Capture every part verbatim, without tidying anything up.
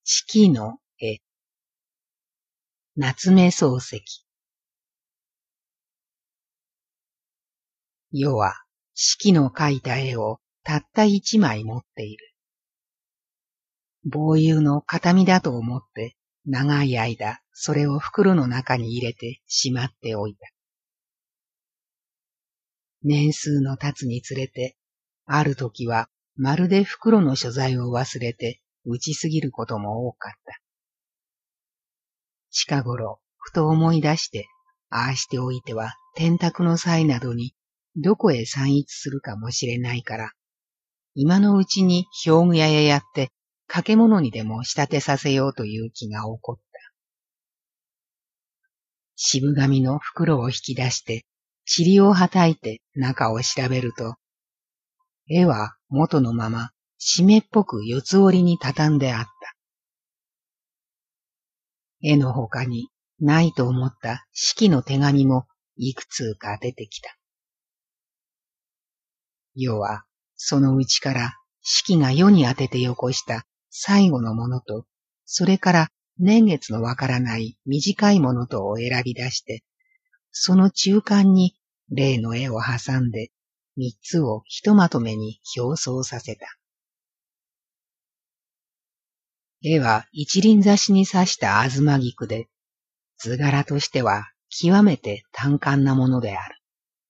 四季の絵。夏目漱石。世は四季の描いた絵をたった一枚持っている。棒友の形見だと思って長い間それを袋の中に入れてしまっておいた。年数の経つにつれて、ある時はまるで袋の所在を忘れて打ちすぎることも多かった。近頃、ふと思い出して、ああしておいては天卓の際などにどこへ散逸するかもしれないから、今のうちに表具屋へやって掛け物にでも仕立てさせようという気が起こった。渋紙の袋を引き出して、塵をはたいて中を調べると、絵は元のまま湿っぽく四つ折りに畳んであった。絵の他にないと思った四季の手紙もいくつか出てきた。世はそのうちから四季が世に当ててよこした最後のものと、それから年月のわからない短いものとを選び出して、その中間に例の絵を挟んで三つをひとまとめに表装させた。絵は一輪挿しに刺したあずま菊で、図柄としては極めて単簡なものである。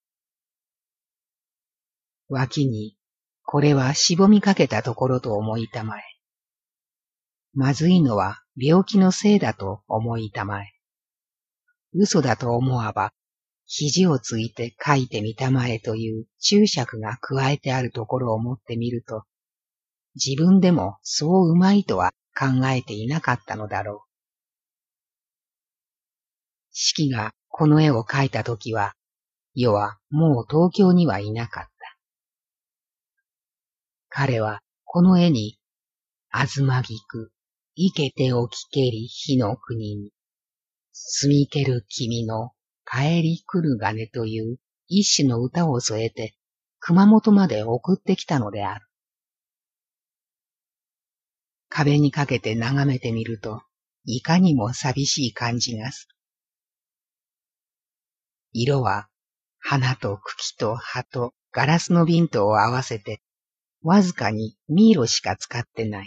脇に、これはしぼみかけたところと思いたまえ。まずいのは病気のせいだと思いたまえ。嘘だと思わば、肘をついて書いてみたまえという注釈が加えてあるところを持ってみると、自分でもそううまいとは考えていなかったのだろう。四季がこの絵を描いたときは、世はもう東京にはいなかった。彼はこの絵に、あずま菊、生けておきけり火の国に、住みける君の帰り来るがねという一種の歌を添えて、熊本まで送ってきたのである。壁にかけて眺めてみると、いかにも寂しい感じがする。色は、花と茎と葉とガラスの瓶とを合わせて、わずかにミイロしか使ってない。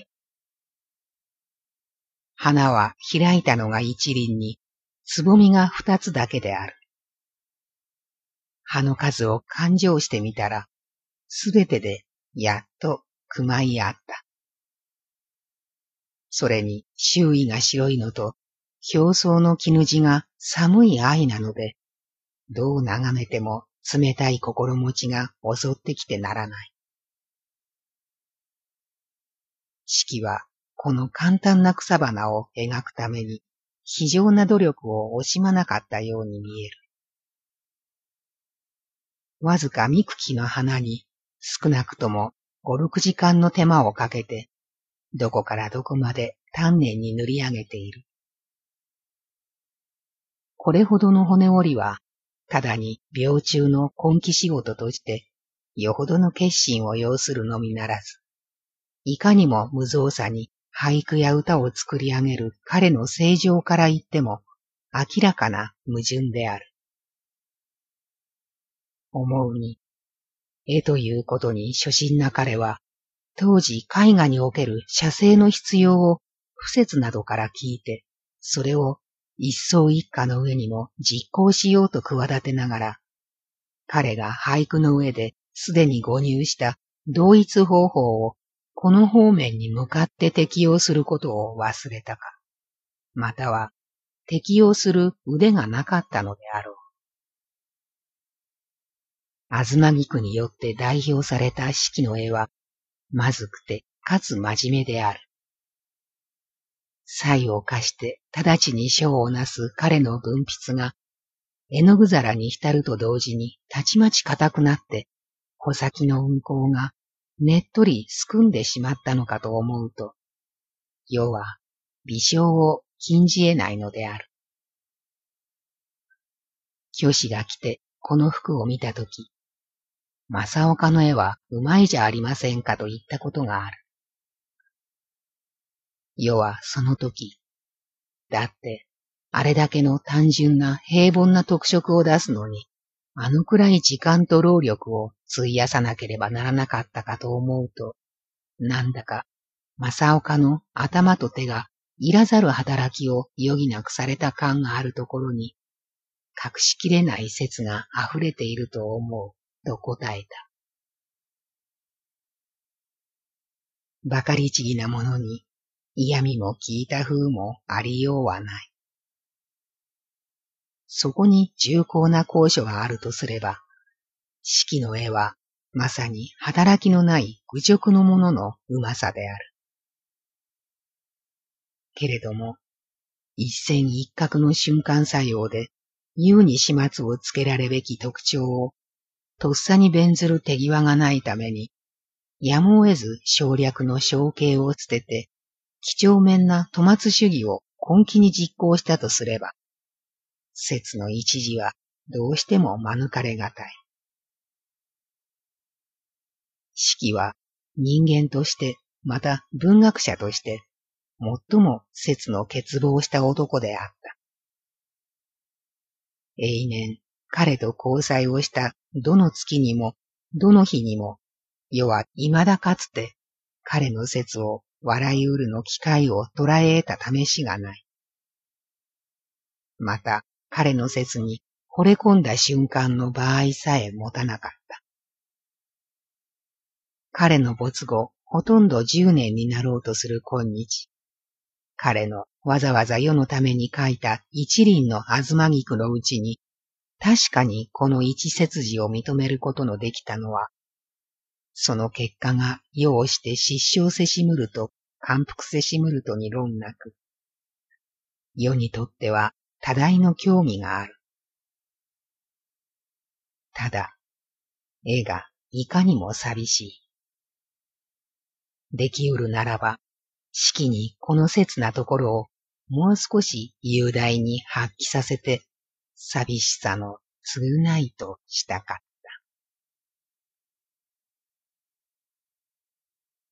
花は開いたのが一輪に、つぼみが二つだけである。葉の数を勘定してみたら、すべてでやっとくまいあった。それに周囲が白いのと、表層の絹地が寒い藍なので、どう眺めても冷たい心持ちが襲ってきてならない。四季はこの簡単な草花を描くために非常な努力を惜しまなかったように見える。わずか三茎の花に少なくとも五六時間の手間をかけて、どこからどこまで丹念に塗り上げている。これほどの骨折りは、ただに病中の根気仕事として、よほどの決心を要するのみならず、いかにも無造作に俳句や歌を作り上げる彼の正常から言っても、明らかな矛盾である。思うに、絵ということに初心な彼は、当時絵画における写生の必要を不説などから聞いて、それを一層一家の上にも実行しようと企てながら、彼が俳句の上ですでに誤入した同一方法をこの方面に向かって適用することを忘れたか、または適用する腕がなかったのであろう。あずま菊によって代表された四季の絵は、まずくてかつ真面目である。才を貸して直ちに書をなす彼の文筆が、絵の具皿に浸ると同時にたちまち硬くなって、穂先の運行がねっとりすくんでしまったのかと思うと、世は微笑を禁じ得ないのである。虚子が来てこの服を見たとき、正岡の絵はうまいじゃありませんかと言ったことがある。 世はその時、だって、あれだけの単純な平凡な特色を出すのに、あのくらい時間と労力を費やさなければならなかったかと思うと、なんだか、正岡の頭と手がいらざる働きを余儀なくされた感があるところに、隠しきれない説が溢れていると思う、と答えた。ばかり違ぎなものに、嫌味も聞いた風もありようはない。そこに重厚な高所があるとすれば、四季の絵はまさに働きのない愚直のもののうまさである。けれども、一線一角の瞬間作用で、優に始末をつけられべき特徴を、とっさに弁ずる手際がないために、やむを得ず省略の象形を捨てて、几帳面な戸松主義を根気に実行したとすれば、説の一時はどうしても免れがたい。四季は人間として、また文学者として、最も説の欠乏した男であった。永年、彼と交際をしたどの月にも、どの日にも、世は未だかつて、彼の説を笑いうるの機会を捉え得た試しがない。また、彼の説に惚れ込んだ瞬間の場合さえ持たなかった。彼の没後、ほとんど十年になろうとする今日、彼のわざわざ世のために書いた一輪のあずま菊のうちに、確かにこの一節字を認めることのできたのは、その結果が世をして失笑せしむると感服せしむるとに論なく、世にとっては多大の興味がある。ただ、絵がいかにも寂しい。できうるならば、式にこの切なところをもう少し雄大に発揮させて、寂しさの償いとしたか。